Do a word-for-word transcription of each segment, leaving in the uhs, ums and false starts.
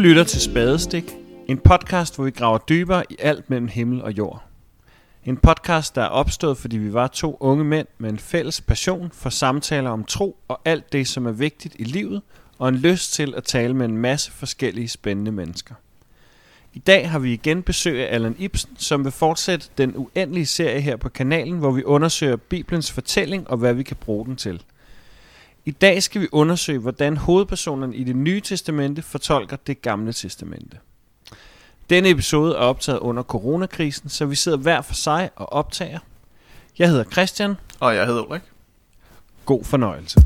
lytter til Spadestik, en podcast, hvor vi graver dybere i alt mellem himmel og jord. En podcast, der er opstået, fordi vi var to unge mænd med en fælles passion for samtaler om tro og alt det, som er vigtigt i livet, og en lyst til at tale med en masse forskellige spændende mennesker. I dag har vi igen besøg af Allan Ibsen, som vil fortsætte den uendelige serie her på kanalen, hvor vi undersøger Bibelens fortælling og hvad vi kan bruge den til. I dag skal vi undersøge, hvordan hovedpersonerne i Det Nye Testamente fortolker Det Gamle Testamente. Denne episode er optaget under coronakrisen, så vi sidder hver for sig og optager. Jeg hedder Christian. Og jeg hedder Ulrik. God fornøjelse.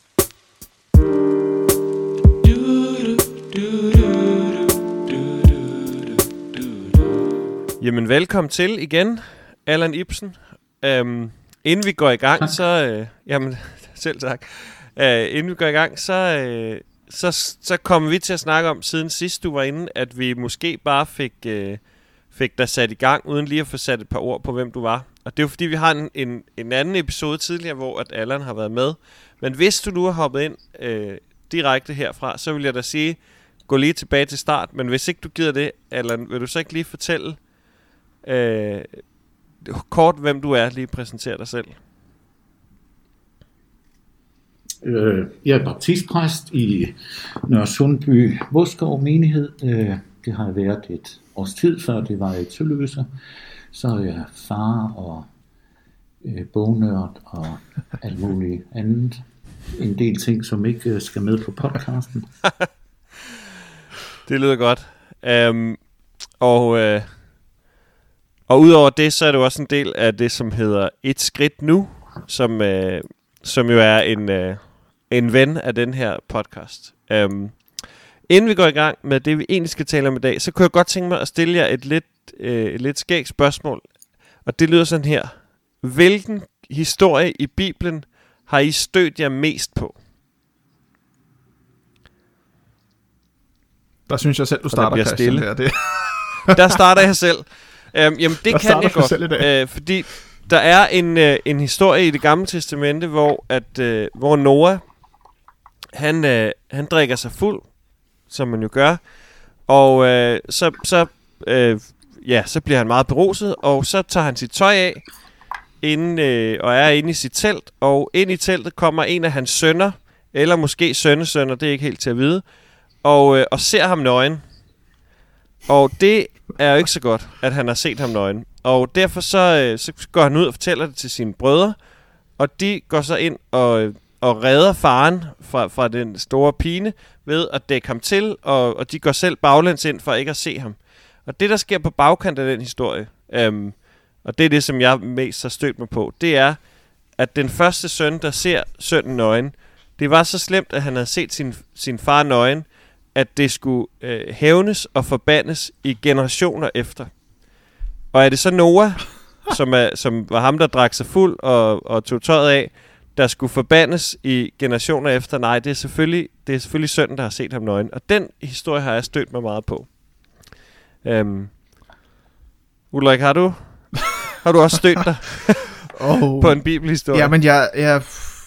Jamen velkommen til igen, Allan Ibsen. Øhm, inden vi går i gang, så... Øh, jamen, selv tak. Øh, inden vi går i gang, så... Øh, Så, så kommer vi til at snakke om, siden sidst du var inde, at vi måske bare fik, øh, fik dig sat i gang, uden lige at få sat et par ord på, hvem du var. Og det er jo fordi, vi har en, en, en anden episode tidligere, hvor at Allan har været med. Men hvis du nu har hoppet ind øh, direkte herfra, så vil jeg da sige, gå lige tilbage til start. Men hvis ikke du gider det, Allan, vil du så ikke lige fortælle øh, kort, hvem du er, lige præsentere dig selv? Jeg er baptistpræst i Nørresundby Vodskov menighed. Det har været et års tid før det var i Tølløse. Så er jeg far og bognørd og alt muligt andet. En del ting, som ikke skal med på podcasten. Det lyder godt. Um, og, øh, og udover det, så er det også en del af det, som hedder Et Skridt Nu, som, øh, som jo er en... Øh, en ven af den her podcast. Um, inden vi går i gang med det, vi egentlig skal tale om i dag, så kunne jeg godt tænke mig at stille jer et lidt, øh, et lidt skægt spørgsmål. Og det lyder sådan her. Hvilken historie i Bibelen har I stødt jer mest på? Der synes jeg selv, du starter, Christian. Stille. Her, det. Der starter jeg selv. Um, jamen, det der kan jeg godt. Uh, fordi der er en, uh, en historie i Det Gamle Testamente, hvor, at, uh, hvor Noah, Han, øh, han drikker sig fuld, som man jo gør, og øh, så, så, øh, ja, så bliver han meget beruset, og så tager han sit tøj af, inden, øh, og er inde i sit telt, og ind i teltet kommer en af hans sønner, eller måske sønnesønner, det er ikke helt til at vide, og, øh, og ser ham nøgen. Og det er jo ikke så godt, at han har set ham nøgen. Og derfor så, øh, så går han ud og fortæller det til sine brødre, og de går så ind og... og redder faren fra, fra den store pine ved at dække ham til, og, og de går selv baglæns ind for ikke at se ham. Og det, der sker på bagkant af den historie, øhm, og det er det, som jeg mest har stødt mig på, det er, at den første søn, der ser sønnen nøgen, det var så slemt, at han havde set sin, sin far nøgen, at det skulle øh, hævnes og forbandes i generationer efter. Og er det så Noah, som, er, som var ham, der drak sig fuld og, og tog tøjet af, der skulle forbandes i generationer efter? Nej, det er selvfølgelig, det er selvfølgelig sønnen, der har set ham nøgen. Og den historie har jeg stødt mig meget på. Um, Ulrik, har du, har du også stødt dig oh. på en bibelhistorie? Ja, men jeg, jeg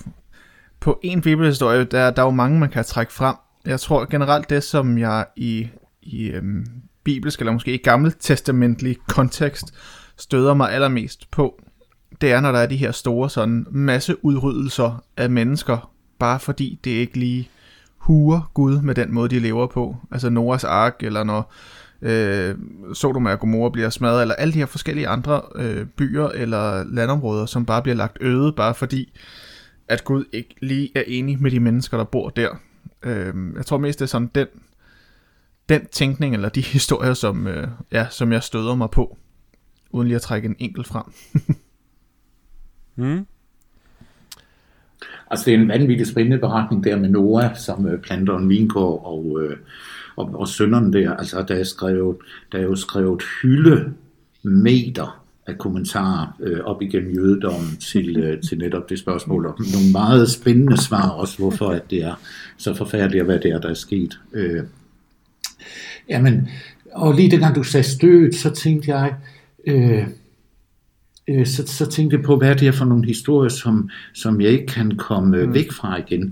på en bibelhistorie, der, der er jo mange, man kan trække frem. Jeg tror generelt det, som jeg i, i øhm, bibelsk, eller måske i gammeltestamentlig kontekst, støder mig allermest på, det er, når der er de her store sådan masse udryddelser af mennesker, bare fordi det ikke lige huer Gud med den måde, de lever på. Altså Noahs ark, eller når øh, Sodoma og Gomorra bliver smadret, eller alle de her forskellige andre øh, byer eller landområder, som bare bliver lagt øde, bare fordi, at Gud ikke lige er enig med de mennesker, der bor der. Øh, jeg tror mest, det er sådan den, den tænkning, eller de historier, som, øh, ja, som jeg støder mig på, uden lige at trække en enkelt frem. Mm. Altså det er en vanvittig spændende beretning der med Noah, som øh, planter en vingård, og, øh, og, og sønnerne der. Altså der er, skrevet, der er jo skrevet hyldemeter af kommentarer øh, op igennem jødedommen til, øh, til netop det spørgsmål. Og nogle meget spændende svar også, hvorfor at det er så forfærdeligt, hvad det er, der er sket. Øh, jamen, og lige dengang du sagde stødt, så tænkte jeg... Øh, Så, så tænkte jeg på, hvad det er for nogle historier, som, som jeg ikke kan komme mm. væk fra igen.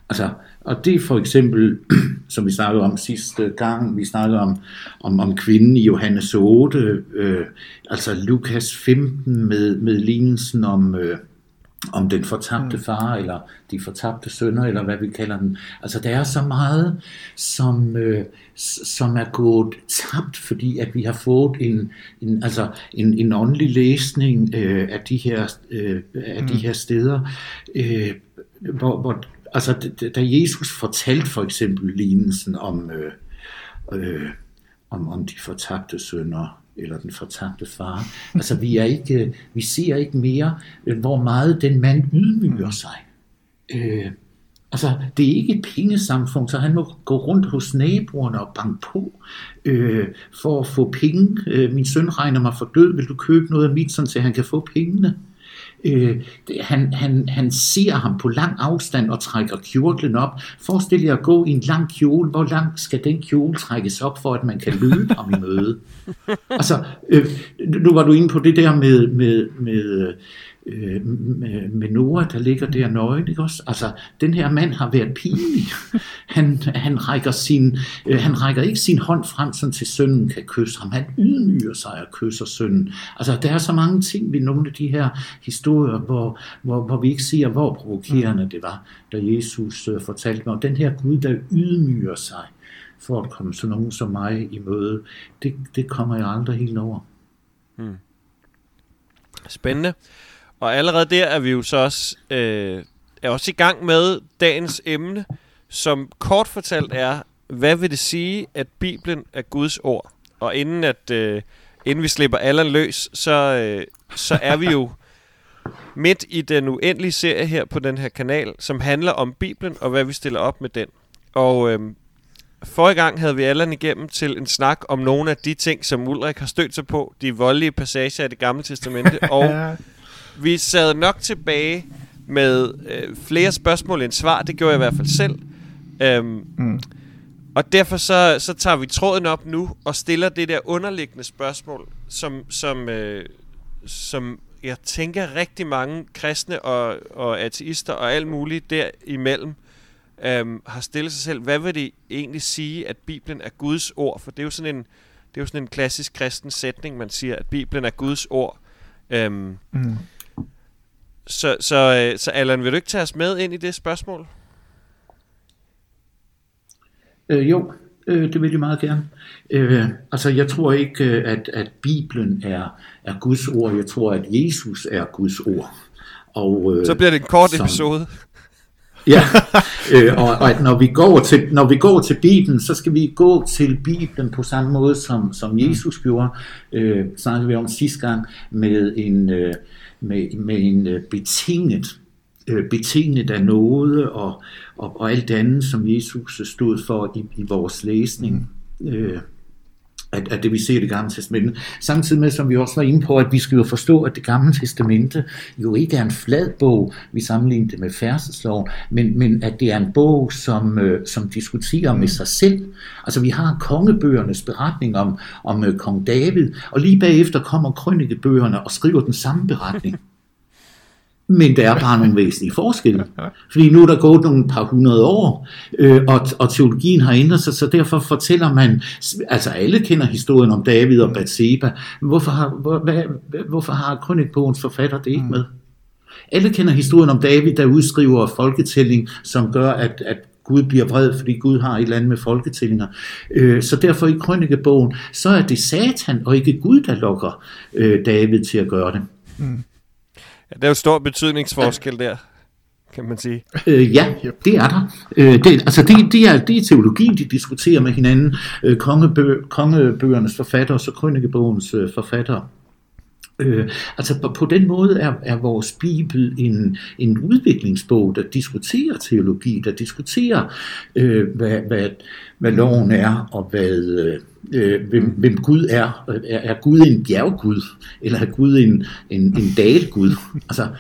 Altså, og det er for eksempel, som vi snakkede om sidste gang, vi snakkede om, om, om kvinden i Johannes otte, øh, altså Lukas femten med, med lignelsen om, øh, om den fortabte far, eller de fortabte sønner, eller hvad vi kalder den. Altså, der er så meget, som, øh, som er gået tabt, fordi at vi har fået en, en, altså en, en åndelig læsning øh, af, de her, øh, af de her steder, øh, hvor, hvor altså, da Jesus fortalte for eksempel lignelsen om, øh, øh, om, om de fortabte sønner, eller den fortabte far, altså vi, er ikke, vi ser ikke mere, hvor meget den mand ydmyger sig. Øh, altså, det er ikke et pengesamfund, så han må gå rundt hos naboerne og banke på øh, for at få penge. Øh, min søn regner mig for død, vil du købe noget af mit, så han kan få pengene? Øh, det, han, han, han ser ham på lang afstand og trækker kjortlen op. Forestil jer at gå i en lang kjole. Hvor lang skal den kjole trækkes op, for at man kan løbe ham i møde? Altså, øh, nu var du inde på det der med, med, med, øh, med, med Noah, der ligger der nøgen, ikke også? Altså, den her mand har været pinlig. Han, han, rækker sin, øh, han rækker ikke sin hånd frem, så til sønnen kan kysse ham. Han ydmyger sig og kysser sønnen. Altså, der er så mange ting ved nogle af de her historier, hvor, hvor, hvor vi ikke ser, hvor provokerende det var, da Jesus øh, fortalte mig om den her Gud, der ydmyger sig for at komme sådan nogen som mig i møde. Det, det kommer jeg aldrig helt over. Hmm. Spændende. Og allerede der er vi jo så også, øh, er også i gang med dagens emne, som kort fortalt er, hvad vil det sige, at Bibelen er Guds ord? Og inden, at, øh, inden vi slipper Allan løs, så, øh, så er vi jo midt i den uendelige serie her på den her kanal, som handler om Bibelen og hvad vi stiller op med den. Og øh, forrige gang havde vi Allan igennem til en snak om nogle af de ting, som Ulrik har stødt sig på, de voldelige passager af Det Gamle Testamente, og vi sad nok tilbage med øh, flere spørgsmål end svar. Det gjorde jeg i hvert fald selv. Øhm, mm. Og derfor så, så tager vi tråden op nu og stiller det der underliggende spørgsmål, som, som, øh, som jeg tænker rigtig mange kristne og, og ateister og alt muligt derimellem øhm, har stillet sig selv. Hvad vil det egentlig sige, at Bibelen er Guds ord? For det er jo sådan en, det er jo sådan en klassisk kristen sætning, man siger, at Bibelen er Guds ord. Øhm, mm. Så, så, så Allan, vil du ikke tage os med ind i det spørgsmål? Øh, jo, øh, det vil jeg meget gerne. Øh, altså, jeg tror ikke, at, at Bibelen er, er Guds ord. Jeg tror, at Jesus er Guds ord. Og, øh, så bliver det en kort som, episode. Ja, øh, og, og at når vi går til når vi går til Bibelen, så skal vi gå til Bibelen på samme måde som som Jesus gjorde. Øh, snakkede vi om sidste gang med en øh, med med en øh, betinget øh, betinget af noget og, og og alt det andet, som Jesus stod for i, i vores læsning. Øh, At, at det vi ser i Det Gamle Testamente. Samtidig med, som vi også var inde på, at vi skal jo forstå, at Det Gamle Testamente jo ikke er en flad bog, vi sammenligner det med Færdselsloven, men, men at det er en bog, som, øh, som diskuterer med sig selv. Altså vi har kongebøgernes beretning om, om øh, kong David, og lige bagefter kommer krønikebøgerne og skriver den samme beretning. Men der er bare nogle væsentlige forskelle. Fordi nu er der gået nogle par hundrede år, øh, og, og teologien har ændret sig, så derfor fortæller man, altså alle kender historien om David og Batseba, hvorfor har, hvor, hvad, hvorfor har krønikebogens forfatter det ikke med? Alle kender historien om David, der udskriver folketælling, som gør, at, at Gud bliver vred, fordi Gud har et eller andet med folketællinger. Øh, så derfor i krønikebogen, så er det Satan og ikke Gud, der lokker øh, David til at gøre det. Mm. Ja, der er jo stor betydningsforskel der, kan man sige. Øh, ja, det er der. Øh, det, altså det, det, er, det er teologi, de diskuterer med hinanden. Øh, kongebø, kongebøgernes forfatter og så krønikebogens øh, forfatter. Øh, altså på, på den måde er, er vores Bibel en, en udviklingsbog, der diskuterer teologi, der diskuterer, øh, hvad, hvad, hvad loven er, og hvad, øh, hvem, hvem Gud er. er. Er Gud en bjerggud, eller er Gud en, en, en dalgud? Altså,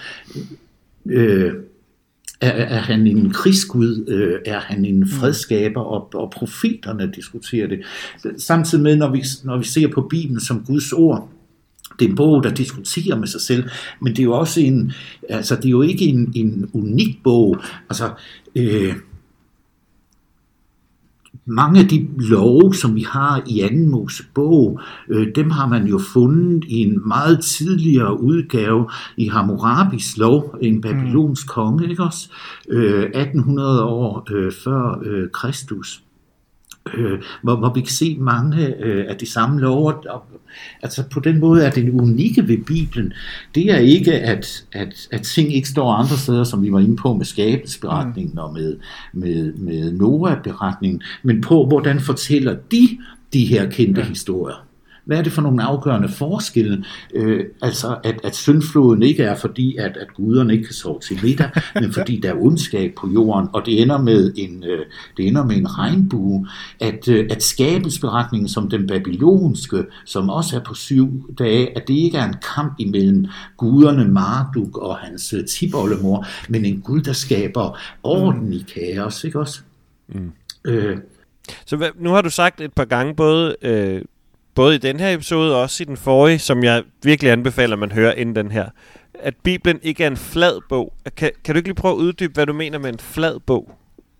øh, er, er han en krigsgud? Øh, er han en fredskaber? Og, og profeterne diskuterer det. Samtidig med, når vi, når vi ser på Bibelen som Guds ord, det er en bog, der diskuterer med sig selv, men det er jo også en, altså det er jo ikke en, en unik bog. Altså, øh, mange af de love, som vi har i anden Mosebog, øh, dem har man jo fundet i en meget tidligere udgave i Hammurabis lov, en babylonsk mm. konge, ikke også? Øh, atten hundrede år øh, før øh, Kristus. Øh, hvor, hvor vi kan se mange øh, af de samme lover. Altså på den måde er det unikke ved Bibelen, det er ikke, at, at, at ting ikke står andre steder, som vi var inde på med skabelsesberetningen mm. og med, med, med Noah-beretningen, men på, hvordan fortæller de de her kendte ja. historier. Hvad er det for nogle afgørende forskelle? Øh, altså, at, at syndfloden ikke er fordi, at, at guderne ikke kan sove til middag, men fordi der er ondskab på jorden, og det ender med en, øh, det ender med en regnbue. At, øh, at skabelsesberetningen som den babylonske, som også er på syv dage, at det ikke er en kamp imellem guderne Marduk og hans øh, tipoldemor, men en gud, der skaber orden i kaos, ikke også? Mm. Øh, Så hvad, nu har du sagt et par gange, både... Øh både i den her episode og også i den forrige, som jeg virkelig anbefaler, at man hører inden den her, at Bibelen ikke er en flad bog. Kan, kan du ikke lige prøve at uddybe, hvad du mener med en flad bog?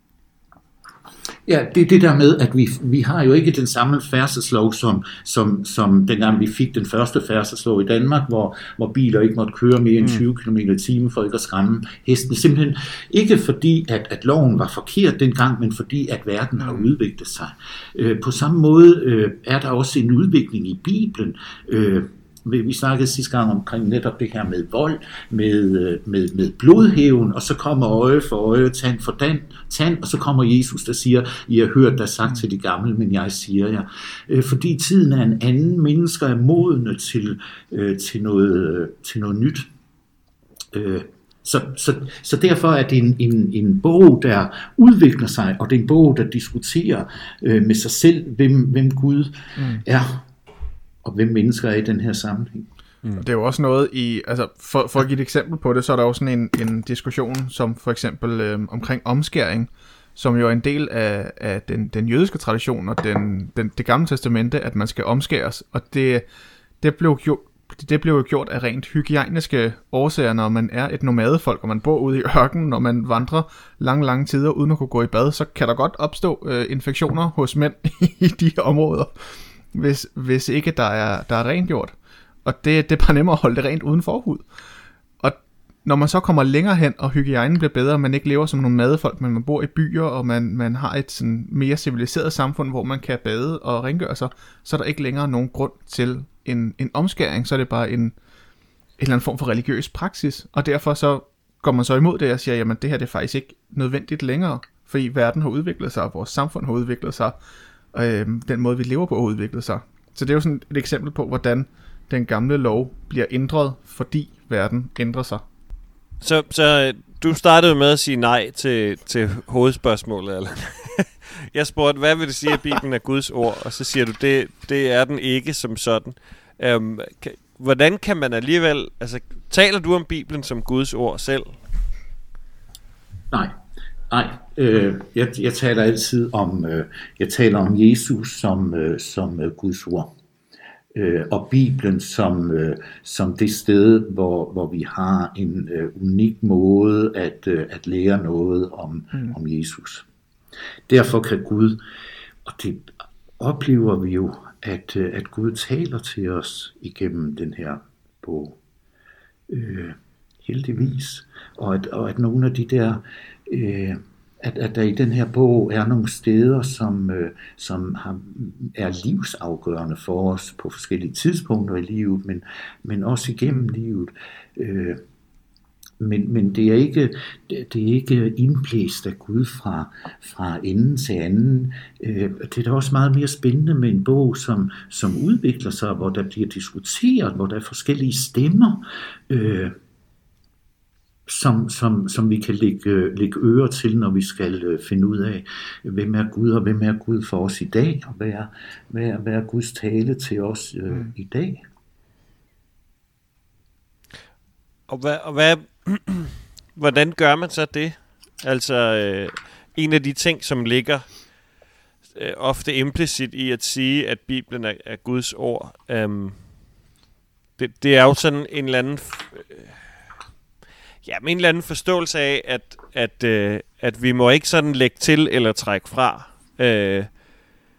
Ja, det er det der med, at vi, vi har jo ikke den samme færdselslov, som, som, som dengang vi fik den første færdselslov i Danmark, hvor, hvor biler ikke måtte køre mere end tyve kilometer i timen for ikke at skræmme hesten. Simpelthen ikke fordi, at, at loven var forkert dengang, men fordi, at verden har udviklet sig. Øh, på samme måde øh, er der også en udvikling i Bibelen. Øh, Vi snakkede sidste gang omkring netop det her med vold, med, med, med blodhævn, og så kommer øje for øje, tand for tand, tand, og så kommer Jesus, der siger, I har hørt, der sagt til de gamle, men jeg siger jer. Fordi tiden er en anden, mennesker er modne til, til, noget, til noget nyt. Så, så, så derfor er det en, en, en bog, der udvikler sig, og det er en bog, der diskuterer med sig selv, hvem, hvem Gud mm. er. Og hvem mennesker er i den her sammenhæng. Mm. Det er jo også noget i, altså for, for at give et eksempel på det, så er der også sådan en, en diskussion, som for eksempel øh, omkring omskæring, som jo er en del af, af den, den jødiske tradition og den, den, det gamle testamente, at man skal omskæres. Og det, det, blev gjort, det blev jo gjort af rent hygiejniske årsager, når man er et nomadefolk, og man bor ude i ørkenen, når man vandrer lange, lange tider uden at kunne gå i bad, så kan der godt opstå øh, infektioner hos mænd i de områder. Hvis, hvis ikke der er, der er rengjort. Og det, det er bare nemmere at holde det rent uden forhud. Og når man så kommer længere hen, og hygiejnen bliver bedre, og man ikke lever som nogle madefolk, men man bor i byer, og man, man har et sådan mere civiliseret samfund, hvor man kan bade og rengøre sig, så er der ikke længere nogen grund til en, en omskæring. Så er det bare en, en eller anden form for religiøs praksis. Og derfor så går man så imod det og siger, jamen det her det er faktisk ikke nødvendigt længere, fordi verden har udviklet sig, og vores samfund har udviklet sig, Øh, den måde vi lever på har udviklet sig. Så det er jo sådan et eksempel på, hvordan den gamle lov bliver ændret, fordi verden ændrer sig. Så, så du startede med at sige nej til, til hovedspørgsmålet, eller? Jeg spurgte, hvad vil det sige, at Bibelen er Guds ord? Og så siger du, det, det er den ikke som sådan. Øhm, kan, hvordan kan man alligevel, altså taler du om Bibelen som Guds ord selv? Nej. Nej, øh, jeg, jeg taler altid om, øh, jeg taler om Jesus som, øh, som øh, Guds ord, øh, og Bibelen som, øh, som det sted, hvor, hvor vi har en øh, unik måde at, øh, at lære noget om, mm. om Jesus. Derfor kan Gud, og det oplever vi jo, at, øh, at Gud taler til os igennem den her bog, øh, heldigvis, og at, og at nogle af de der Øh, at, at der i den her bog er nogle steder, som, øh, som har, er livsafgørende for os på forskellige tidspunkter i livet, men, men også igennem livet. Øh, men, men det er ikke, det, det er ikke indblæst af Gud fra, fra ende til anden. Øh, det er da også meget mere spændende med en bog, som, som udvikler sig, hvor der bliver diskuteret, hvor der er forskellige stemmer, øh, Som, som, som vi kan lægge, lægge ører til, når vi skal uh, finde ud af, hvem er Gud, og hvem er Gud for os i dag, og hvad er, hvad er, hvad er Guds tale til os uh, mm. i dag. Og, hvad, og hvad, hvordan gør man så det? Altså, øh, en af de ting, som ligger øh, ofte implicit i at sige, at Bibelen er, er Guds ord, øh, det, det er jo sådan en eller anden... Øh, Ja, med en eller anden forståelse af, at, at, øh, at vi må ikke sådan lægge til eller trække fra. Øh,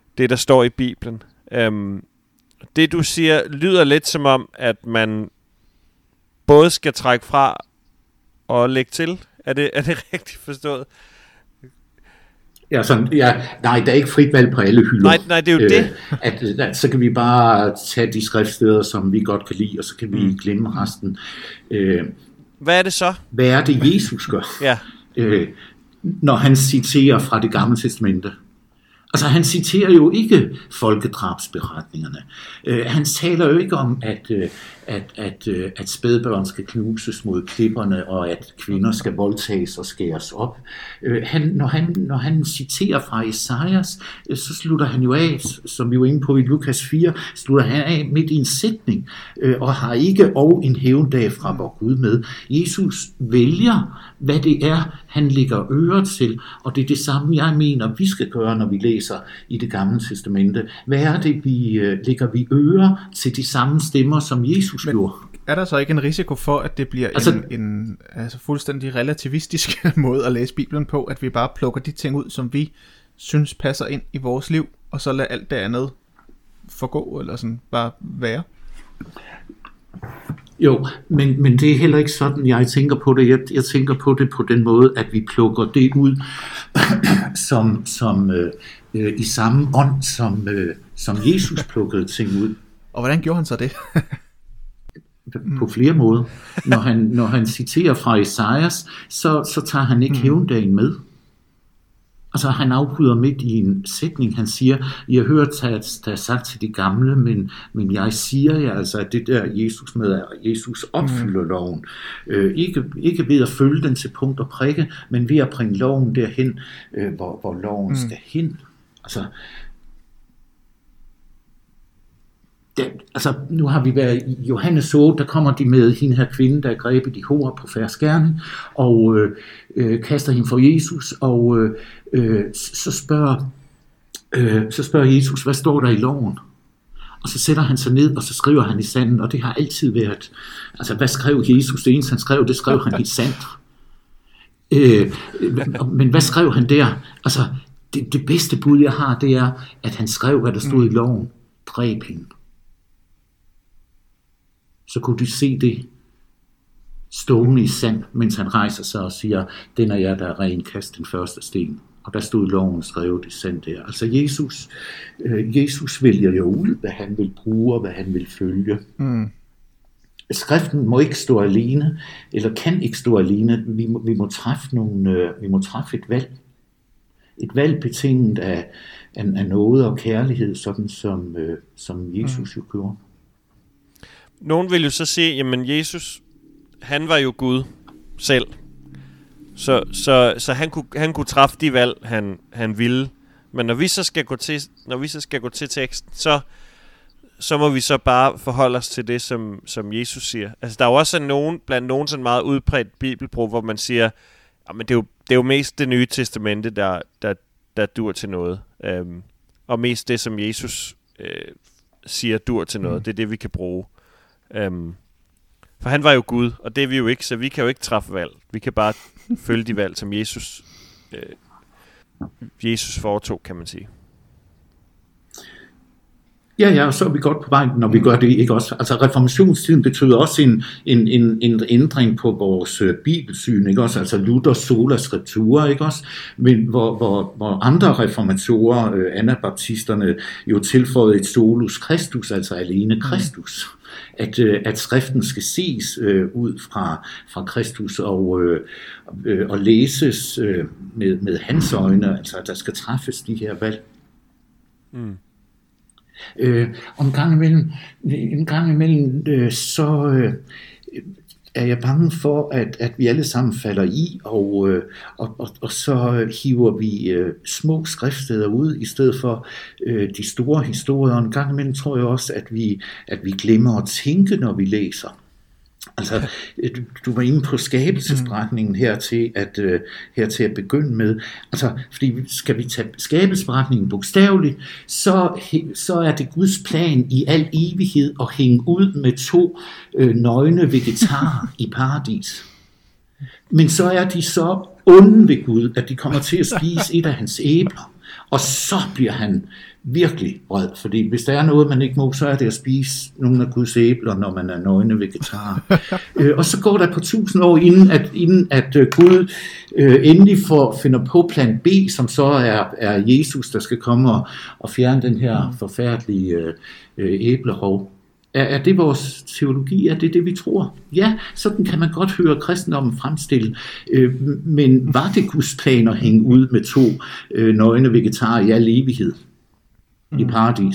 det der står i Bibelen. Øhm, det du siger lyder lidt som om, at man både skal trække fra og lægge til. Er det, er det rigtigt forstået? Ja, sådan, ja, nej, der er ikke frit valg på alle hylder. Nej, nej, det er jo øh, det. At, at, så kan vi bare tage de skriftsteder, som vi godt kan lide, og så kan vi mm. glemme resten. Øh, Hvad er det så? Hvad er det, Jesus gør, ja. øh, når han citerer fra Det Gamle Testamente? Altså, han citerer jo ikke folkedrabsberetningerne. Øh, han taler jo ikke om, at, øh, at, at, øh, at spædbørn skal knuses mod klipperne, og at kvinder skal voldtages og skæres op. Øh, han, når, han, når han citerer fra Esajas, øh, så slutter han jo af, som vi var inde på i Lukas fire, slutter han af midt i en sætning, øh, og har ikke og en hævndag fra vor Gud med. Jesus vælger, hvad det er, han lægger øre til, og det er det samme, jeg mener, vi skal gøre, når vi læser i Det Gamle Testamente. Hvad er det, vi øh, lægger vi øre til de samme stemmer, som Jesus Men gjorde? Er der så ikke en risiko for, at det bliver altså, en, en altså fuldstændig relativistisk måde at læse Bibelen på, at vi bare plukker de ting ud, som vi synes passer ind i vores liv, og så lader alt det andet forgå, eller sådan bare være? Jo, men, men det er heller ikke sådan, jeg tænker på det. Jeg, jeg tænker på det på den måde, at vi plukker det ud, som, som øh, øh, i samme ånd, som, øh, som Jesus plukkede ting ud. Og hvordan gjorde han så det? På flere måder. Når han, når han citerer fra Esajas, så, så tager han ikke mm. hævndagen med. Altså han afbryder midt i en sætning, han siger, I har hørt, at der er sagt til de gamle, men, men jeg siger jer altså, at det der Jesus med, at Jesus opfylder mm. loven. Øh, ikke, ikke ved at følge den til punkt og prikke, men ved at bringe loven derhen, øh, hvor, hvor loven mm. skal hen. Altså, det, altså, nu har vi været i Johannes otte, der kommer de med hende her kvinde, der er grebet i hår på fersk gerning, og øh, øh, kaster hende for Jesus, og øh, øh, så, spørger, øh, så spørger Jesus, hvad står der i loven? Og så sætter han sig ned, og så skriver han i sanden, og det har altid været, altså hvad skrev Jesus? Det eneste han skrev, det skrev han i sand. Øh, men hvad skrev han der? Altså, det, det bedste bud jeg har, det er, at han skrev, hvad der stod i loven. Dræb hende. Så kunne de se det stående i sand, mens han rejser sig og siger, den er jeg, der er ren, kast den første sten. Og der stod loven skrevet i sand der. Altså Jesus, øh, Jesus vælger jo ud, hvad han vil bruge og hvad han vil følge. Mm. Skriften må ikke stå alene, eller kan ikke stå alene. Vi må, vi må, træffe, nogle, øh, vi må træffe et valg. Et valg betinget af, af, af noget og kærlighed, sådan som, øh, som Jesus jo gjorde. Nogen vil jo så sige, jamen Jesus, han var jo Gud selv. Så, så, så han, kunne, han kunne træffe de valg, han, han ville. Men når vi så skal gå til, når vi så skal gå til teksten, så, så må vi så bare forholde os til det, som, som Jesus siger. Altså der er jo også nogen, blandt nogen sådan meget udbredt bibelbrug, hvor man siger, jamen det er jo, det er jo mest det nye testamente, der, der, der dur til noget. Øhm, og mest det, som Jesus øh, siger, dur til noget. Det er det, vi kan bruge. Um, for han var jo Gud, og det er vi jo ikke, så vi kan jo ikke træffe valg. Vi kan bare følge de valg, som Jesus øh, Jesus foretog, kan man sige. Ja, ja, og så er vi godt på vej, når vi gør det, ikke også? Altså reformationstiden betyder også en, en, en, en ændring på vores øh, bibelsyn, ikke også? Altså Luther sola scriptura, ikke også? Men hvor, hvor, hvor andre reformatorer, øh, anabaptisterne, jo tilføjede et solus Christus, altså alene Kristus. At, øh, at skriften skal ses øh, ud fra, fra Kristus og, øh, øh, og læses øh, med, med hans øjne, altså at der skal træffes de her valg. Mm. Øh, og en gang imellem, en gang imellem øh, så øh, er jeg bange for, at, at vi alle sammen falder i, og, øh, og, og, og så hiver vi øh, små skriftsteder ud, i stedet for øh, de store historier. Og en gang imellem tror jeg også, at vi, at vi glemmer at tænke, når vi læser. Altså, du, du var inde på skabelsesberetningen her til at, uh, her til at begynde med. Altså, fordi skal vi tage skabelsesberetningen bogstaveligt, så, så er det Guds plan i al evighed at hænge ud med to uh, nøgne vegetarer i paradis. Men så er de så onde ved Gud, at de kommer til at spise et af hans æbler. Og så bliver han virkelig vred, fordi hvis der er noget, man ikke må, så er det at spise nogle af Guds æbler, når man er nøgne vegetar. øh, og så går der på tusind år, inden at, inden at uh, Gud uh, endelig får, finder på plan B, som så er, er Jesus, der skal komme og, og fjerne den her forfærdelige uh, uh, æblerov. Er, er det vores teologi? Er det det, vi tror? Ja, sådan kan man godt høre kristendommen fremstille. Øh, men var det Guds plan at hænge ud med to øh, nøgne vegetarer i al evighed mm. i paradis?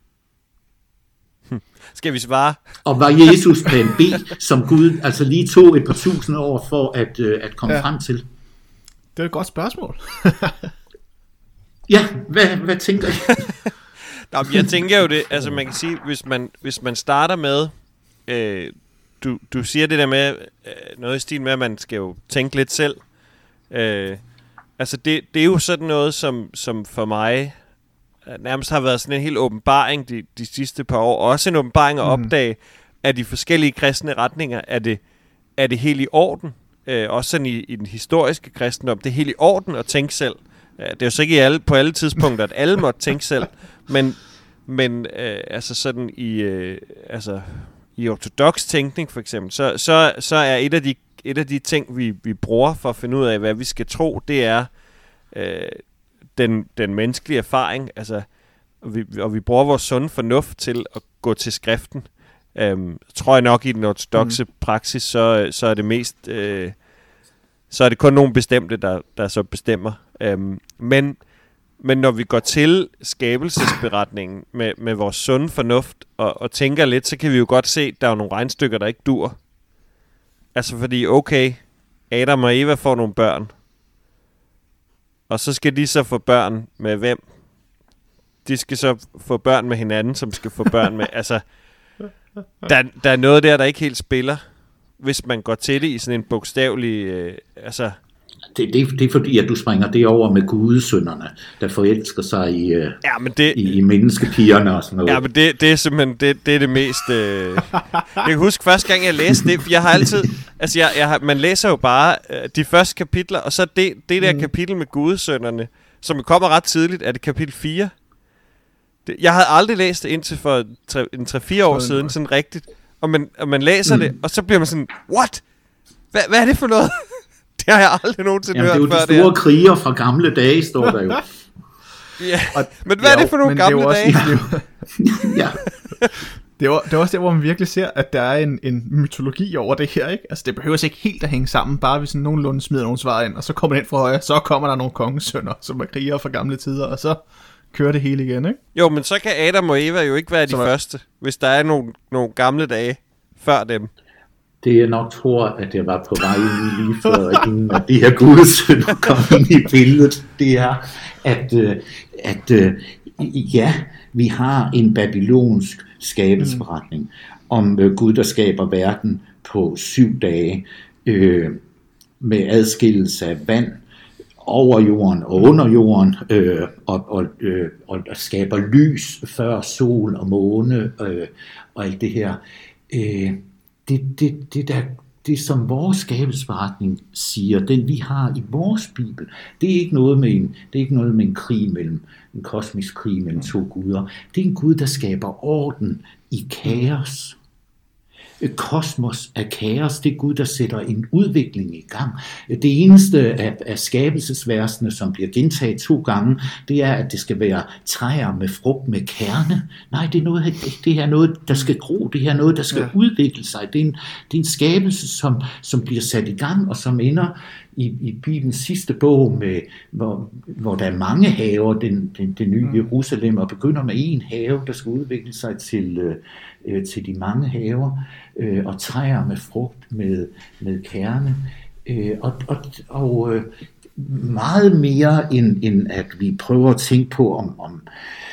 Hm. Skal vi svare? Og var Jesus plan B, som Gud altså lige tog et par tusind år for at, øh, at komme ja. frem til? Det er et godt spørgsmål. Ja, hvad, hvad tænker I? Nå, jeg tænker jo det, altså man kan sige, hvis man, hvis man starter med, øh, du, du siger det der med, øh, noget i stil med, at man skal jo tænke lidt selv. Øh, altså det, det er jo sådan noget, som, som for mig nærmest har været sådan en helt åbenbaring de, de sidste par år. Også en åbenbaring at opdage, at de forskellige kristne retninger, er det, er det helt i orden. Øh, også sådan i, i den historiske kristendom, det er helt i orden at tænke selv. Det er jo så ikke i alle, på alle tidspunkter, at alle måtte tænke selv, men, men øh, altså sådan i, øh, altså, i ortodoks tænkning for eksempel, så, så, så er et af de, et af de ting, vi, vi bruger for at finde ud af, hvad vi skal tro, det er øh, den, den menneskelige erfaring, altså, og vi, og vi bruger vores sunde fornuft til at gå til skriften. Øhm, tror jeg nok i den ortodokse mm. praksis, så, så er det mest, øh, så er det kun nogle bestemte, der, der så bestemmer. Øhm, men, men når vi går til skabelsesberetningen med, med vores sunde fornuft og, og tænker lidt, så kan vi jo godt se, at der er nogle regnstykker, der ikke dur. Altså fordi, okay, Adam og Eva får nogle børn, og så skal de så få børn med hvem? De skal så få børn med hinanden, som skal få børn med, altså, der, der er noget der, der ikke helt spiller, hvis man går til det i sådan en bogstavelig, øh, altså... Det, det, det er fordi, at du springer det over med gudesønderne, der forelsker sig i, ja, men det, i, i menneskepigerne og sådan noget. Ja, men det, det er simpelthen det, det, er det mest... Øh... Jeg kan huske første gang, jeg læste det, for jeg har altid... Altså, jeg, jeg har, man læser jo bare øh, de første kapitler, og så det, det der mm. kapitel med gudesønderne, som kommer ret tidligt, er det kapitel fire. Det, jeg havde aldrig læst det indtil for tre, en tre fire år siden, sådan rigtigt. Og man, og man læser mm. det, og så bliver man sådan, what? Hva, hvad er det for noget? Det har jeg aldrig nogensinde hørt før. Det er jo de store kriger fra gamle dage, står der jo. Ja, og, men hvad jo, er det for nogle gamle også, dage? ja. Det er, det er også der, hvor man virkelig ser, at der er en, en mytologi over det her, ikke? Altså, det behøver ikke helt at hænge sammen, bare vi sådan nogenlunde smider nogle svar ind, og så kommer den ind fra højre, så kommer der nogle kongesønner, som er krigere fra gamle tider, og så kører det hele igen, ikke? Jo, men så kan Adam og Eva jo ikke være de så første, hvis der er nogle, nogle gamle dage før dem. Det jeg nok tror, at jeg var på vej ind lige før, inden at det her gudesønner kom ind i billedet, det er, at, at ja, vi har en babylonsk skabelsesberetning mm. om Gud, der skaber verden på syv dage, øh, med adskillelse af vand over jorden og under jorden, øh, og, og, øh, og skaber lys før sol og måne, øh, og alt det her. Øh, Det, det, det, der, det som vores skabelsesberetning siger, den vi har i vores bibel, det er ikke noget med en, det er ikke noget med en krig mellem, en kosmisk krig mellem to guder. Det er en Gud, der skaber orden i kaos. Kosmos er kaos, det er Gud, der sætter en udvikling i gang. Det eneste af, af skabelsesversene, som bliver gentaget to gange, det er, at det skal være træer med frugt med kerne. Nej, det er, noget, det er noget, der skal gro, det er noget, der skal ja. udvikle sig. Det er en, det er en skabelse, som, som bliver sat i gang, og som ender i, i Bibelens sidste bog, med, hvor, hvor der er mange haver, den, den, den nye Jerusalem, og begynder med en have, der skal udvikle sig til... Øh, til de mange haver, øh, og træer med frugt, med, med kerne, øh, og, og, og øh, meget mere end, end at vi prøver at tænke på, om, om,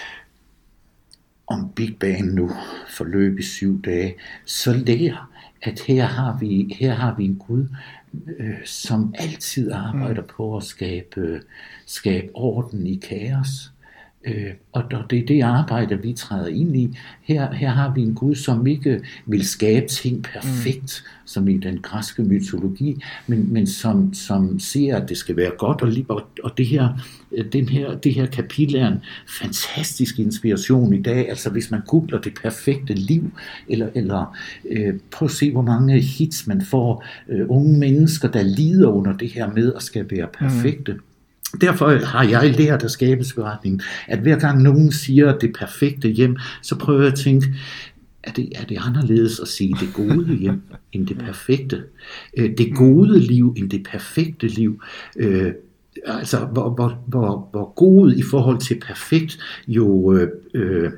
om Big Bang nu forløb i syv dage, så lærer, at her har vi, her har vi en Gud, øh, som altid arbejder på at skabe, skabe orden i kaos. Øh, og det er det arbejde, vi træder ind i. Her, her har vi en Gud, som ikke vil skabe ting perfekt, mm. som i den græske mytologi, men, men som, som ser, at det skal være godt, og, og, og det, her, den her, det her kapitel er en fantastisk inspiration i dag. Altså hvis man googler det perfekte liv, eller, eller øh, prøv at se, hvor mange hits man får, øh, unge mennesker, der lider under det her med at skal være perfekte. Mm. Derfor har jeg lært af skabelsesberetningen, at hver gang nogen siger det perfekte hjem, så prøver jeg at tænke, er det, er det anderledes at sige det gode hjem end det perfekte? Det gode liv end det perfekte liv? Øh, altså, hvor, hvor, hvor, hvor god i forhold til perfekt jo... Øh, øh,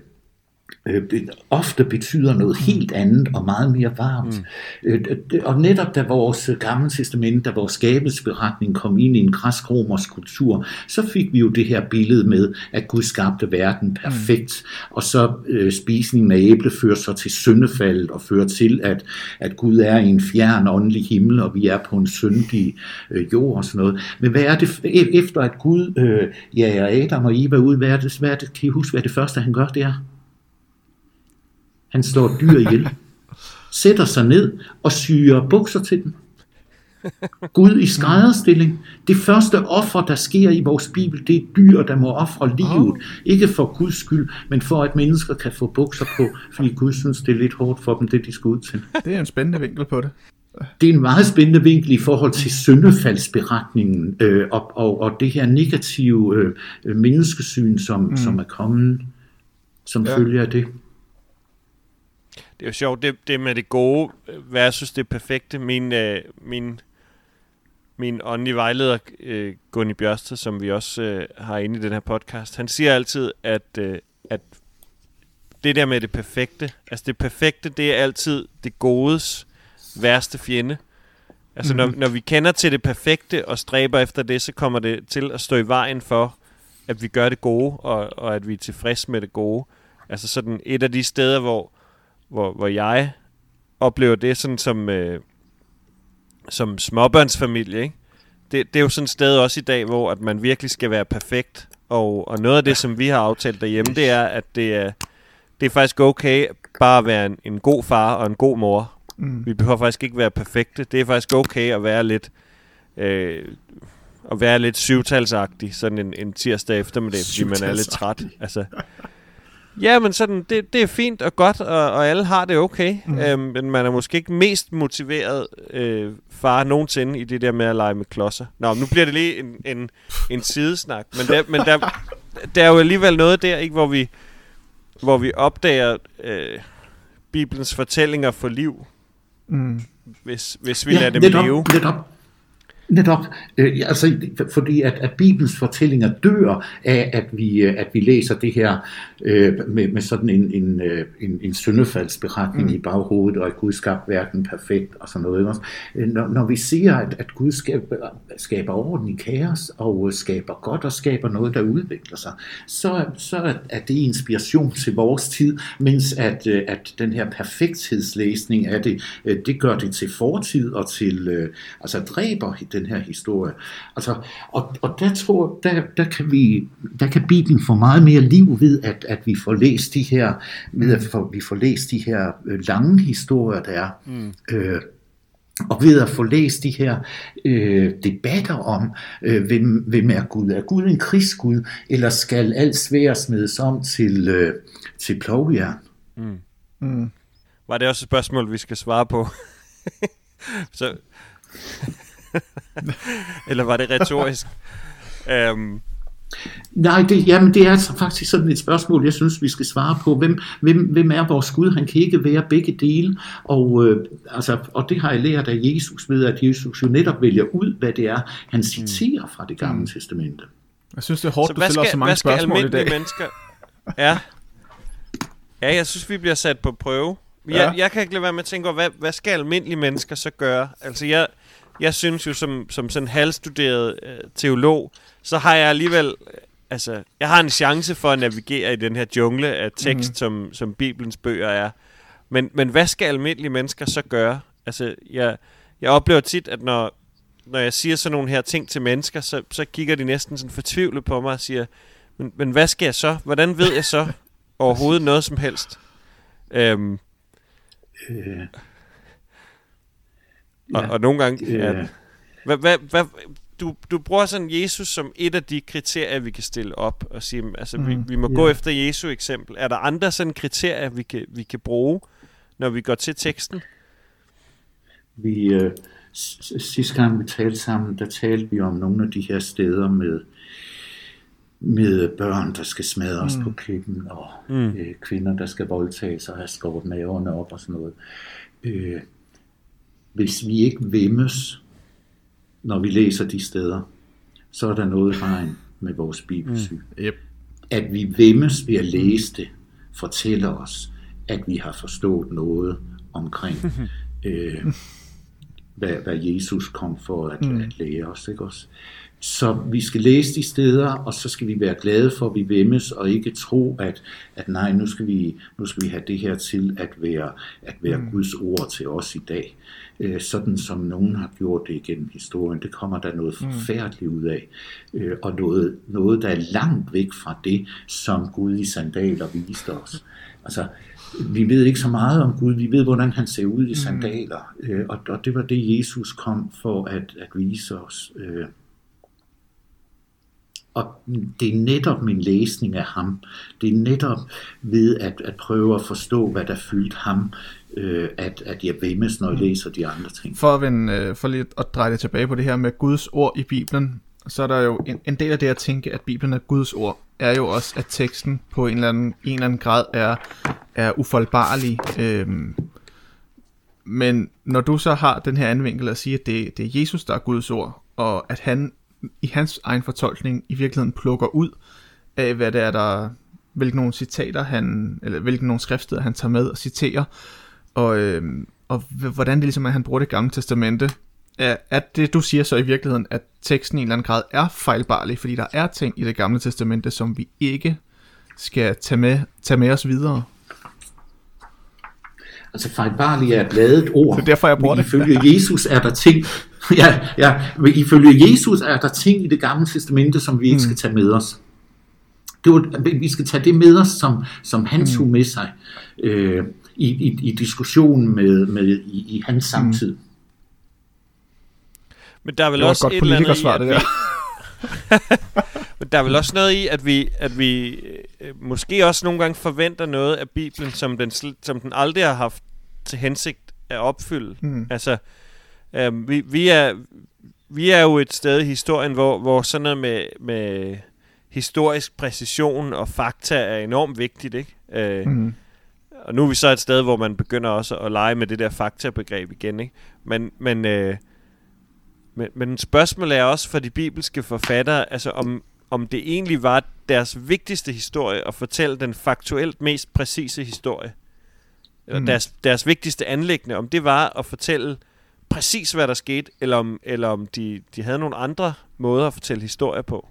ofte betyder noget helt andet og meget mere varmt. Mm. Og netop da vores gamle testamente, da vores skabelsesberetning kom ind i en græsk-romersk kultur, så fik vi jo det her billede med, at Gud skabte verden perfekt, mm. og så øh, spisningen af æble fører så til syndefaldet og fører til, at, at Gud er i en fjern åndelig himmel, og vi er på en syndig øh, jord og sådan noget. Men hvad er det, efter at Gud øh, jager Adam og Eva ud, hvad er det, hvad er det, kan I huske, hvad det første han gør, det er? Han slår dyr ihjel, sætter sig ned og syr bukser til dem. Gud i skrædderstilling. Det første offer, der sker i vores bibel, det er dyr, der må ofre livet. Ikke for Guds skyld, men for at mennesker kan få bukser på, fordi Gud synes, det er lidt hårdt for dem, det de skal ud til. Det er en spændende vinkel på det. Det er en meget spændende vinkel i forhold til syndefaldsberetningen øh, og, og, og det her negative øh, menneskesyn, som, mm. som er kommet som ja. følge af det. Det er jo sjovt, det, det med det gode versus det perfekte. Min, øh, min, min åndelige vejleder, øh, Gunni Bjørsted, som vi også øh, har inde i den her podcast, han siger altid, at, øh, at det der med det perfekte, altså det perfekte, det er altid det godes værste fjende. Altså mm-hmm. når, når vi kender til det perfekte og stræber efter det, så kommer det til at stå i vejen for, at vi gør det gode, og, og at vi er tilfreds med det gode. Altså sådan et af de steder, hvor Hvor, hvor jeg oplever det sådan som, øh, som småbørnsfamilie, ikke? Det, det er jo sådan et sted også i dag, hvor at man virkelig skal være perfekt. Og, og noget af det, som vi har aftalt derhjemme, det er, at det er, det er faktisk okay bare at være en, en god far og en god mor. Mm. Vi behøver faktisk ikke være perfekte. Det er faktisk okay at være lidt... Øh, at være lidt syvtalsagtig sådan en, en tirsdag eftermiddag, fordi man er lidt træt. Altså... Ja, men sådan, det, det er fint og godt, og, og alle har det okay. Mm. Øhm, men man er måske ikke mest motiveret øh, far nogensinde i det der med at lege med klodser. Nå, nu bliver det lige en, en, en sidesnak. Men, der, men der, der er jo alligevel noget der, ikke, hvor vi, hvor vi opdager øh, Bibelens fortællinger for liv. Mm. Hvis, hvis vi ja, lader dem netop, leve. Netop. Netop, øh, altså, fordi at, at Bibels fortællinger dør af, at vi, at vi læser det her øh, med, med sådan en, en, en, en syndefaldsberetning mm. i baghovedet, og at Gud skabte verden perfekt og sådan noget. Når, når vi siger, at, at Gud skaber, skaber orden i kaos, og skaber godt og skaber noget, der udvikler sig, så, så er det inspiration til vores tid, mens at, at den her perfekthedslæsning af det, det gør det til fortid og til, altså dræber den her historie. Altså, og, og der tror der, der kan vi der kan Bibelen få meget mere liv ved at, at vi får læst de her ved at for, vi får læst de her lange historier der er. Mm. Øh, og ved at få læst de her øh, debatter om, øh, hvem, hvem er Gud? Er Gud en krigsgud, eller skal alt sværd smides om til, øh, til plovjern? Mm. Mm. Var det også et spørgsmål, vi skal svare på? Så... Eller var det retorisk? um... Nej, det, jamen, det er altså faktisk sådan et spørgsmål, jeg synes, vi skal svare på. Hvem, hvem, hvem er vores Gud? Han kan ikke være begge dele. Og, øh, altså, og det har jeg lært af Jesus ved, at Jesus jo netop vælger ud, hvad det er, han citerer fra det gamle mm. testamente. Jeg synes, det er hårdt, så du stiller så mange spørgsmål i dag. Mennesker... Ja. ja, jeg synes, vi bliver sat på prøve. Jeg, ja. jeg kan ikke lade være med at tænke over, hvad, hvad skal almindelige mennesker så gøre? Altså, jeg... Jeg synes jo, som, som sådan halvstuderet øh, teolog, så har jeg alligevel, øh, altså, jeg har en chance for at navigere i den her jungle af tekst, mm-hmm. som, som Bibelens bøger er. Men, men hvad skal almindelige mennesker så gøre? Altså, jeg, jeg oplever tit, at når, når jeg siger sådan nogle her ting til mennesker, så, så kigger de næsten sådan fortvivlet på mig og siger, Men, men hvad skal jeg så? Hvordan ved jeg så overhovedet noget som helst? Øhm, Øh, og, ja, og nogle gange... øh, Ja, hvad, hvad, hvad, du, du bruger sådan Jesus som et af de kriterier, vi kan stille op og sige, altså mm, vi, vi må ja. gå efter Jesu eksempel. Er der andre sådan kriterier, vi kan, vi kan bruge, når vi går til teksten? Vi, øh, s- sidste gang vi talte sammen, der talte vi om nogle af de her steder med, med børn, der skal smadres mm. på klippen, og mm. øh, kvinder, der skal voldtages og have skåret maverne op og sådan noget. Øh, hvis vi ikke vemmes, når vi læser de steder, så er der noget i vejen med vores bibelsyn. Mm. Yep. At vi vemmes ved at læse det, fortæller os, at vi har forstået noget omkring, øh, hvad, hvad Jesus kom for at, mm. at lære os, ikke også? Så vi skal læse de steder, og så skal vi være glade for, at vi vemmes, og ikke tro, at, at nej, nu skal, vi, nu skal vi have det her til at være, at være mm. Guds ord til os i dag. Øh, sådan som nogen har gjort det igennem historien. Det kommer der noget forfærdeligt ud af, øh, og noget, noget, der er langt væk fra det, som Gud i sandaler viste os. Altså, vi ved ikke så meget om Gud, vi ved, hvordan han ser ud i sandaler, øh, og, og det var det, Jesus kom for at, at vise os. Øh. Og det er netop min læsning af ham, det er netop ved at, at prøve at forstå, hvad der fyldte ham, øh, at, at jeg vemmes, når jeg læser de andre ting. For at, vende, for lidt at dreje det tilbage på det her med Guds ord i Bibelen, så er der jo en, en del af det at tænke, at Bibelen er Guds ord, er jo også, at teksten på en eller anden, en eller anden grad er, er ufoldbarlig. Øhm, men når du så har den her anvinkel at sige, at det, det er Jesus, der er Guds ord, og at han i hans egen fortolkning i virkeligheden plukker ud af, hvad det er, der, hvilke nogle citater han, eller hvilke nogle skriftsteder han tager med og citerer, og, øhm, og hvordan det ligesom er, han bruger det gamle testamente, er, er det, du siger så i virkeligheden, at teksten i en eller anden grad er fejlbarlig, fordi der er ting i det gamle testamente, som vi ikke skal tage med, tage med os videre? Altså fejlbarlig er et ladet ord. Det er derfor, jeg bruger det. Ifølge Jesus er der ting, ja, ja, ifølge Jesus er der ting i det gamle testamente, som vi ikke mm. skal tage med os. Det var, vi skal tage det med os, som, som han tog med sig øh, i, i, i diskussionen med, med i, i hans samtid. Mm. Men der er vel det også et et eller andet i, at det der. Men der er vel også noget i, at vi, at vi øh, måske også nogle gange forventer noget af Bibelen, som den, som den aldrig har haft til hensigt at opfylde. Mm. Altså, øh, vi, vi, er, vi er jo et sted i historien, hvor, hvor sådan noget med, med historisk præcision og fakta er enormt vigtigt, ikke? Øh, mm. Og nu er vi så et sted, hvor man begynder også at lege med det der faktabegreb igen, ikke? Men, men øh, Men, men spørgsmålet er også for de bibelske forfattere, altså om, om det egentlig var deres vigtigste historie at fortælle den faktuelt mest præcise historie. Eller mm. deres, deres vigtigste anliggende, om det var at fortælle præcis, hvad der skete, eller om, eller om de, de havde nogle andre måder at fortælle historier på.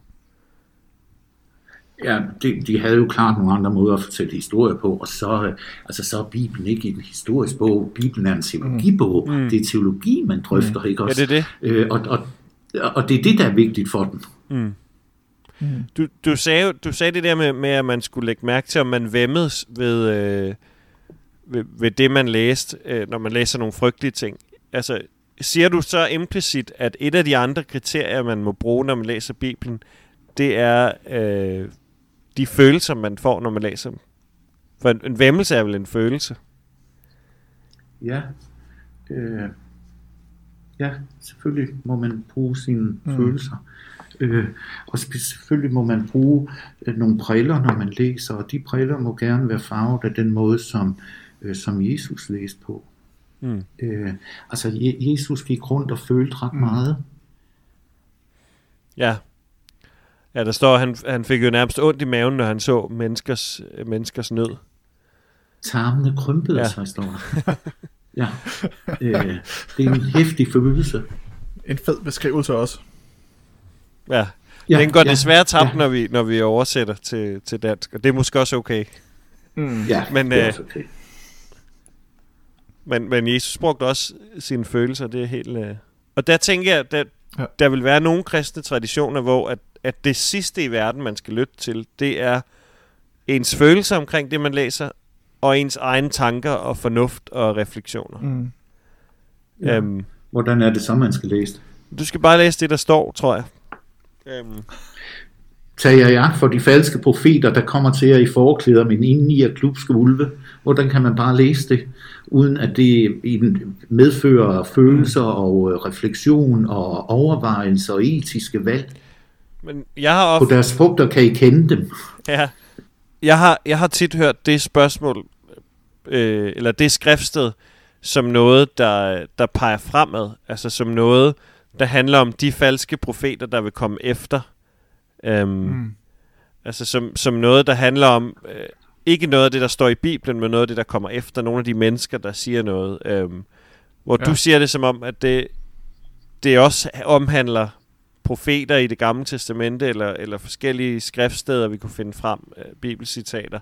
Ja, de, de havde jo klart nogle andre måder at fortælle historier på, og så, altså, så er Bibelen ikke en historisk bog. Bibelen er en teologibog. Mm. Det er teologi, man drøfter, mm. ikke også? Ja, det er det. Øh, og, og, og det er det, der er vigtigt for den. Mm. Mm. Du, du, sagde, du sagde det der med, med, at man skulle lægge mærke til, om man væmmedes ved, øh, ved, ved det, man læste, øh, når man læser nogle frygtelige ting. Altså, siger du så implicit, at et af de andre kriterier, man må bruge, når man læser Bibelen, det er øh, de følelser, man får, når man læser dem? For en, en væmmelse er vel en følelse? Ja. Øh, ja, selvfølgelig må man bruge sine mm. følelser. Øh, og selvfølgelig må man bruge øh, nogle briller, når man læser, og de briller må gerne være farvet af den måde, som, øh, som Jesus læste på. Mm. Øh, altså, Je- Jesus gik rundt og følte ret mm. meget. Ja. Ja, der står, han, han fik jo nærmest ondt i maven, når han så menneskers, menneskers nød. Tarmene krympede ja. sig, står der. Ja. Øh, det er en heftig følelse. En fed beskrivelse også. Ja, ja den går ja, desværre tabt, ja. når, vi, når vi oversætter til, til dansk, og det er måske også okay. Mm. Ja, men, det er også okay. Men, men Jesus brugte også sine følelser, det er helt... Øh... Og der tænker jeg, der, ja. der vil være nogle kristne traditioner, hvor at, at det sidste i verden, man skal lytte til, det er ens følelser omkring det, man læser, og ens egne tanker og fornuft og refleksioner. Mm. Ja. Øhm, Hvordan er det så, man skal læse det? Du skal bare læse det, der står, tror jeg. Øhm. Tag jer i agt for de falske profeter, der kommer til jer i forklæder, men indeni er glubske ulve. Hvordan kan man bare læse det, uden at det medfører følelser og refleksion og overvejelser og etiske valg? Men jeg har ofte... På deres frugter kan I kende dem. Ja, jeg har, jeg har tit hørt det spørgsmål, øh, eller det skriftsted, som noget, der, der peger fremad. Altså som noget, der handler om de falske profeter, der vil komme efter. Øhm, mm. Altså som, som noget, der handler om... Øh, ikke noget af det, der står i Bibelen, men noget af det, der kommer efter. Nogle af de mennesker, der siger noget. Øhm, hvor ja. Du siger det som om, at det, det også omhandler profeter i Det Gamle Testamente, eller, eller forskellige skriftsteder, vi kunne finde frem, øh, bibelcitater.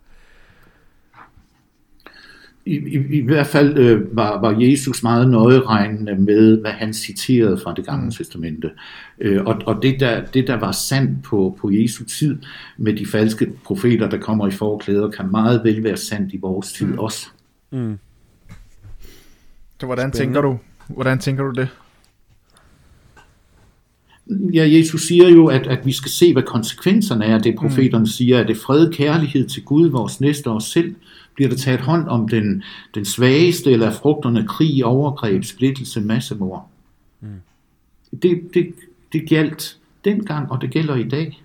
I, i, i hvert fald øh, var, var Jesus meget nøjeregnende med, hvad han citerede fra Det Gamle mm. Testamente. Øh, og og det, der, det, der var sandt på, på Jesu tid, med de falske profeter, der kommer i forklæder, kan meget vel være sandt i vores tid mm. også. Mm. Så hvordan tænker du, hvordan tænker du det? Ja, Jesus siger jo, at, at vi skal se, hvad konsekvenserne er af det, profeterne mm. siger. Er det fred, kærlighed til Gud, vores næste og os selv? Bliver der taget hånd om den, den svageste, eller frugterne krig, overgreb, splittelse, massemord? Mm. Det, det, det gjaldt dengang, og det gælder i dag.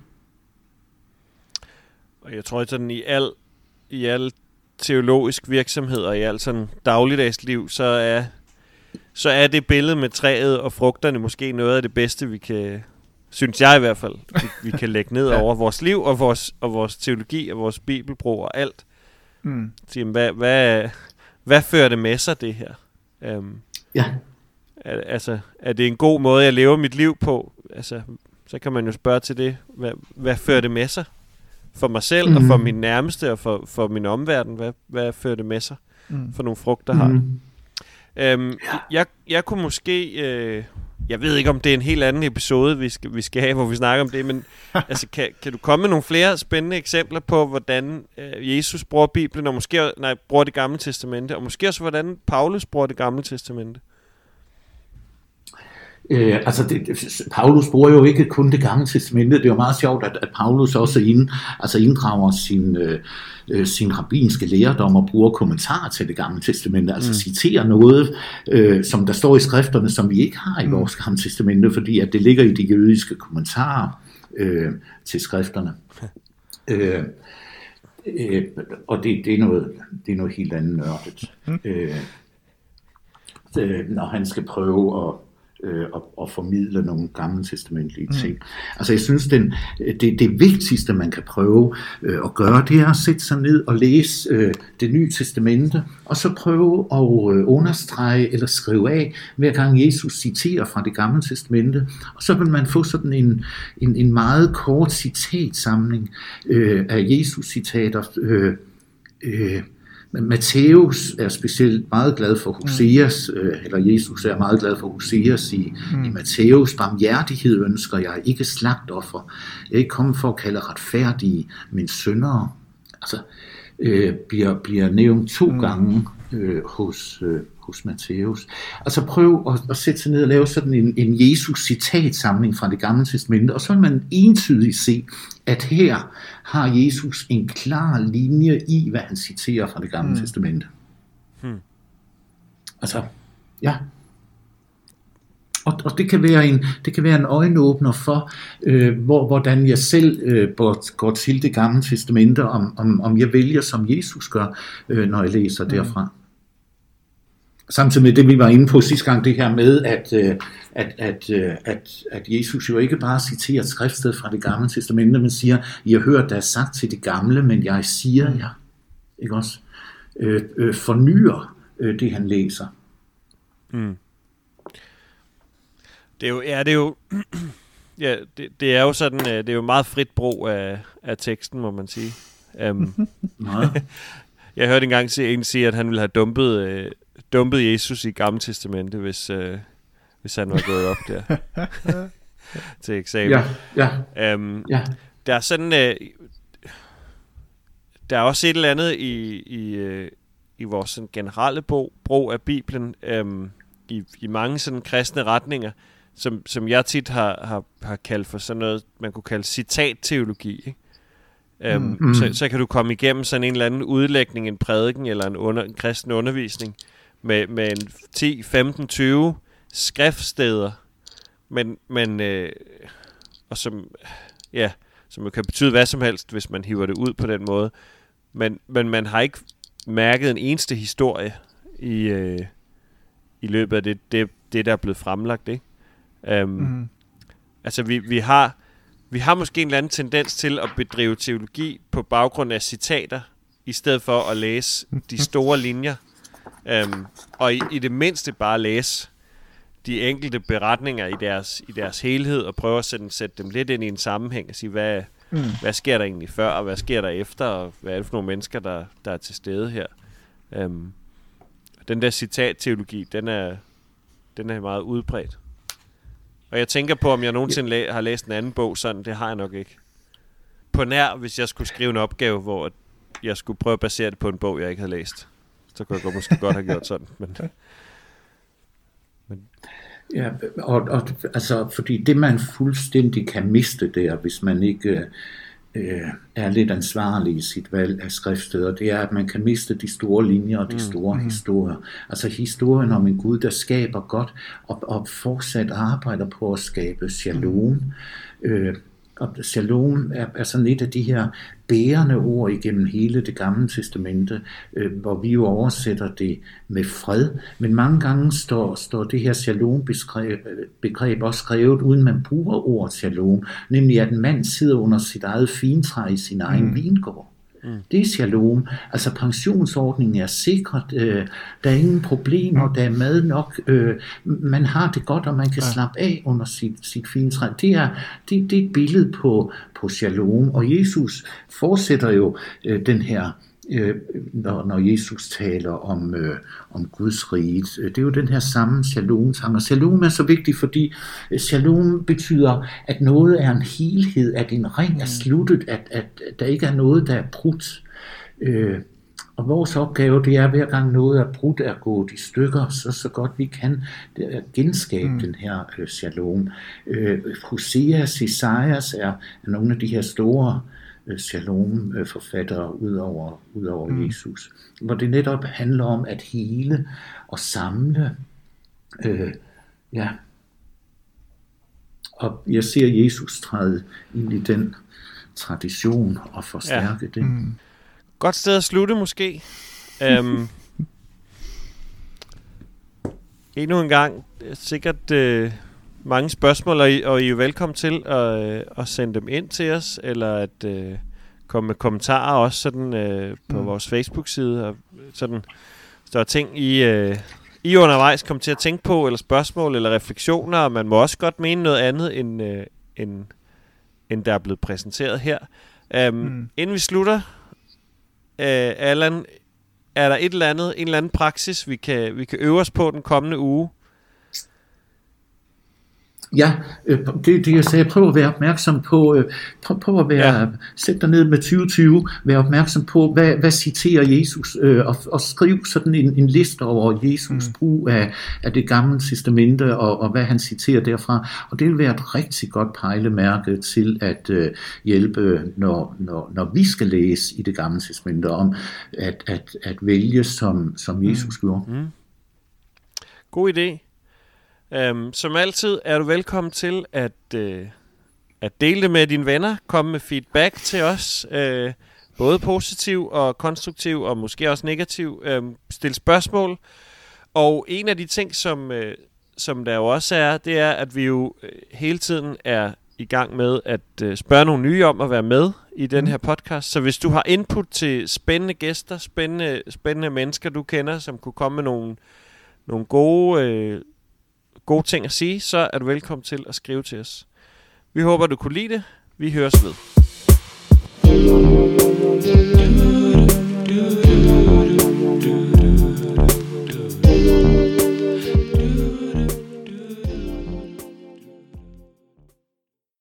Og jeg tror, at sådan i al, i al teologisk virksomhed og i al sådan dagligdagsliv, så er, så er det billede med træet og frugterne måske noget af det bedste, vi kan, synes jeg i hvert fald, vi, vi kan lægge ned ja. over vores liv og vores, og vores teologi og vores bibelbrug og alt. Mm. Så, hvad, hvad, hvad fører det med sig, det her? Um, ja. Er, altså, er det en god måde, jeg lever mit liv på? Altså, så kan man jo spørge til det. Hvad, hvad fører det med sig? For mig selv mm. og for min nærmeste og for, for min omverden. Hvad, hvad fører det med sig? Mm. For nogle frugter har. Mm. Um, jeg, jeg kunne måske... Øh, jeg ved ikke, om det er en helt anden episode, vi skal, vi skal have, hvor vi snakker om det, men altså, kan, kan du komme med nogle flere spændende eksempler på, hvordan øh, Jesus bruger Bibelen, og måske nej, bruger Det Gamle Testamente, og måske også, hvordan Paulus bruger Det Gamle Testamente? Øh, altså, det, Paulus bruger jo ikke kun Det Gamle Testamente. Det er jo meget sjovt, at, at Paulus også ind, altså inddrager sin, øh, sin rabbinske læredom og bruger kommentarer til Det Gamle Testamente, altså mm. citerer noget, øh, som der står i skrifterne, som vi ikke har i mm. vores Gamle Testamente, fordi at det ligger i de jødiske kommentarer øh, til skrifterne. øh, øh, og det, det, er noget, det er noget helt andet nørdet. Mm. Øh, det, når han skal prøve at Øh, og, og formidle nogle gamle testamentlige ting. Mm. Altså jeg synes, den, det, det vigtigste, man kan prøve øh, at gøre, det er at sætte sig ned og læse øh, Det Nye Testamente, og så prøve at øh, understrege eller skrive af, hver gang Jesus citerer fra Det Gamle Testamente, og så vil man få sådan en, en, en meget kort citatsamling øh, af Jesus citater. Øh, øh, Matthæus er specielt meget glad for Hoseas, mm. eller Jesus er meget glad for Hoseas i, mm. i Matthæus. Barmhjertighed ønsker jeg, ikke slagtoffer. Jeg er ikke kommet for at kalde retfærdige, men syndere. Altså, øh, bliver, bliver nævnt to mm. gange øh, hos, øh, hos Matthæus. Altså prøv at, at sætte sig ned og lave sådan en, en Jesus-citatsamling fra Det Gamle Testamente, og så vil man entydigt se, at her har Jesus en klar linje i, hvad han citerer fra Det Gamle hmm. Testamente. Hmm. Altså, ja. Og, og det kan være en, det kan være en øjenåbner for, øh, hvor, hvordan jeg selv øh, går, går til Det Gamle Testamente, om, om, om jeg vælger, som Jesus gør, øh, når jeg læser hmm. derfra. Samtidig med det, vi var inde på sidste gang, det her med, at, at, at, at, at Jesus jo ikke bare citerer et skriftsted fra Det Gamle Testamente, men siger, I har hørt, der er sagt til det gamle, men jeg siger jer. Ikke også? Øh, øh, fornyer øh, det, han læser. Mm. Det er jo, ja, det er jo, ja, det, det er jo sådan, det er jo meget frit brug af, af teksten, må man sige. Um, jeg hørte engang en sige, at han ville have dumpet... Øh, dumpede Jesus i Gamle Testamente, hvis, øh, hvis han var gået op der. til eksamen. Ja, ja, øhm, ja. Der er sådan... Øh, der er også et eller andet i, i, øh, i vores sådan, generelle bog, brug af Bibelen, øh, i, i mange sådan kristne retninger, som, som jeg tit har, har, har kaldt for sådan noget, man kunne kalde citatteologi, ikke? Um, mm. så, så kan du komme igennem sådan en eller anden udlægning, en prædiken eller en, under, en kristen undervisning med, med en ti, femten, tyve skriftsteder, men, men øh, og som, ja, som kan betyde hvad som helst, hvis man hiver det ud på den måde. Men, men man har ikke mærket en eneste historie i, øh, i løbet af det, det, det, der er blevet fremlagt, ikke? Um, mm. Altså, vi, vi har vi har måske en eller anden tendens til at bedrive teologi på baggrund af citater, i stedet for at læse de store linjer. Um, og i, i det mindste bare læse de enkelte beretninger i deres, i deres helhed, og prøve at sætte, sætte dem lidt ind i en sammenhæng, og sige, hvad, mm. hvad sker der egentlig før, og hvad sker der efter, og hvad er det for nogle mennesker, der, der er til stede her. Um, den der citatteologi, den er, den er meget udbredt. Og jeg tænker på, om jeg nogensinde læ- har læst en anden bog sådan. Det har jeg nok ikke. På nær, hvis jeg skulle skrive en opgave, hvor jeg skulle prøve at basere det på en bog, jeg ikke havde læst. Så kunne jeg godt, måske godt have gjort sådan. Men, men. Ja, og, og altså, fordi det man fuldstændig kan miste der, hvis man ikke øh, er lidt ansvarlig i sit valg af skriftsteder, det er, at man kan miste de store linjer og de store mm. historier. Altså historien om en Gud, der skaber godt og, og fortsat arbejder på at skabe shalom. Mm. Øh, og shalom er, er sådan et af de her bærende ord igennem hele det gamle testamente, øh, hvor vi jo oversætter det med fred. Men mange gange står, står det her shalom-begreb også skrevet, uden man bruger ordet shalom, nemlig at en mand sidder under sit eget fintræ i sin egen mm. vingård. Mm. Det er shalom. Altså pensionsordningen er sikret, øh, der er ingen problemer, der er mad nok, øh, man har det godt, og man kan ja. slappe af under sit, sit fintræ. Det er, det, det er et billede på, på shalom, og Jesus fortsætter jo øh, den her, øh, når, når Jesus taler om, øh, om Guds rige. Det er jo den her samme shalom-tanke. Og shalom er så vigtig, fordi shalom betyder, at noget er en helhed, at en ring er sluttet, at, at der ikke er noget, der er brudt. Øh, og vores opgave, det er, hver gang noget er brudt, er gået i stykker, så så godt vi kan, det er genskabe mm. den her øh, shalom. Øh, Hoseas, Esajas er, er nogle af de her store shalom-forfattere ud over, ud over mm. Jesus, hvor det netop handler om at hele og samle. Øh, ja. Og jeg ser Jesus træde ind i den tradition og forstærke ja. den. Mm. Godt sted at slutte måske. um, endnu en gang sikkert øh, mange spørgsmål, og I, og I er velkommen til at, øh, at sende dem ind til os, eller at øh, komme med kommentarer også sådan, øh, på mm. vores Facebook-side. Og sådan, så der er ting, I, øh, I undervejs kommer til at tænke på, eller spørgsmål, eller refleksioner, og man må også godt mene noget andet, end, øh, end, end der er blevet præsenteret her. Um, mm. Inden vi slutter, øh, Allan, er der et eller andet, en eller anden praksis, vi kan, vi kan øve os på den kommende uge? Ja, det, det jeg sagde, prøv at være opmærksom på, prøv, prøv at være, ja. sæt dig ned med tyve tyve, vær opmærksom på, hvad, hvad citerer Jesus, øh, og, og skriv sådan en, en liste over Jesus mm. brug af, af det gamle testamente, og, og hvad han citerer derfra, og det vil være et rigtig godt pejlemærke til at øh, hjælpe, når, når, når vi skal læse i det gamle testamente, om at, at, at vælge, som, som Jesus mm. gjorde. Mm. God idé. Um, som altid er du velkommen til at, uh, at dele det med dine venner, komme med feedback til os, uh, både positiv og konstruktiv, og måske også negativ, um, stille spørgsmål. Og en af de ting, som, uh, som der jo også er, det er, at vi jo uh, hele tiden er i gang med at uh, spørge nogle nye om at være med i den her podcast. Så hvis du har input til spændende gæster, spændende, spændende mennesker, du kender, som kunne komme med nogle, nogle gode... Uh, gode ting at sige, så er du velkommen til at skrive til os. Vi håber, du kunne lide det. Vi høres ved.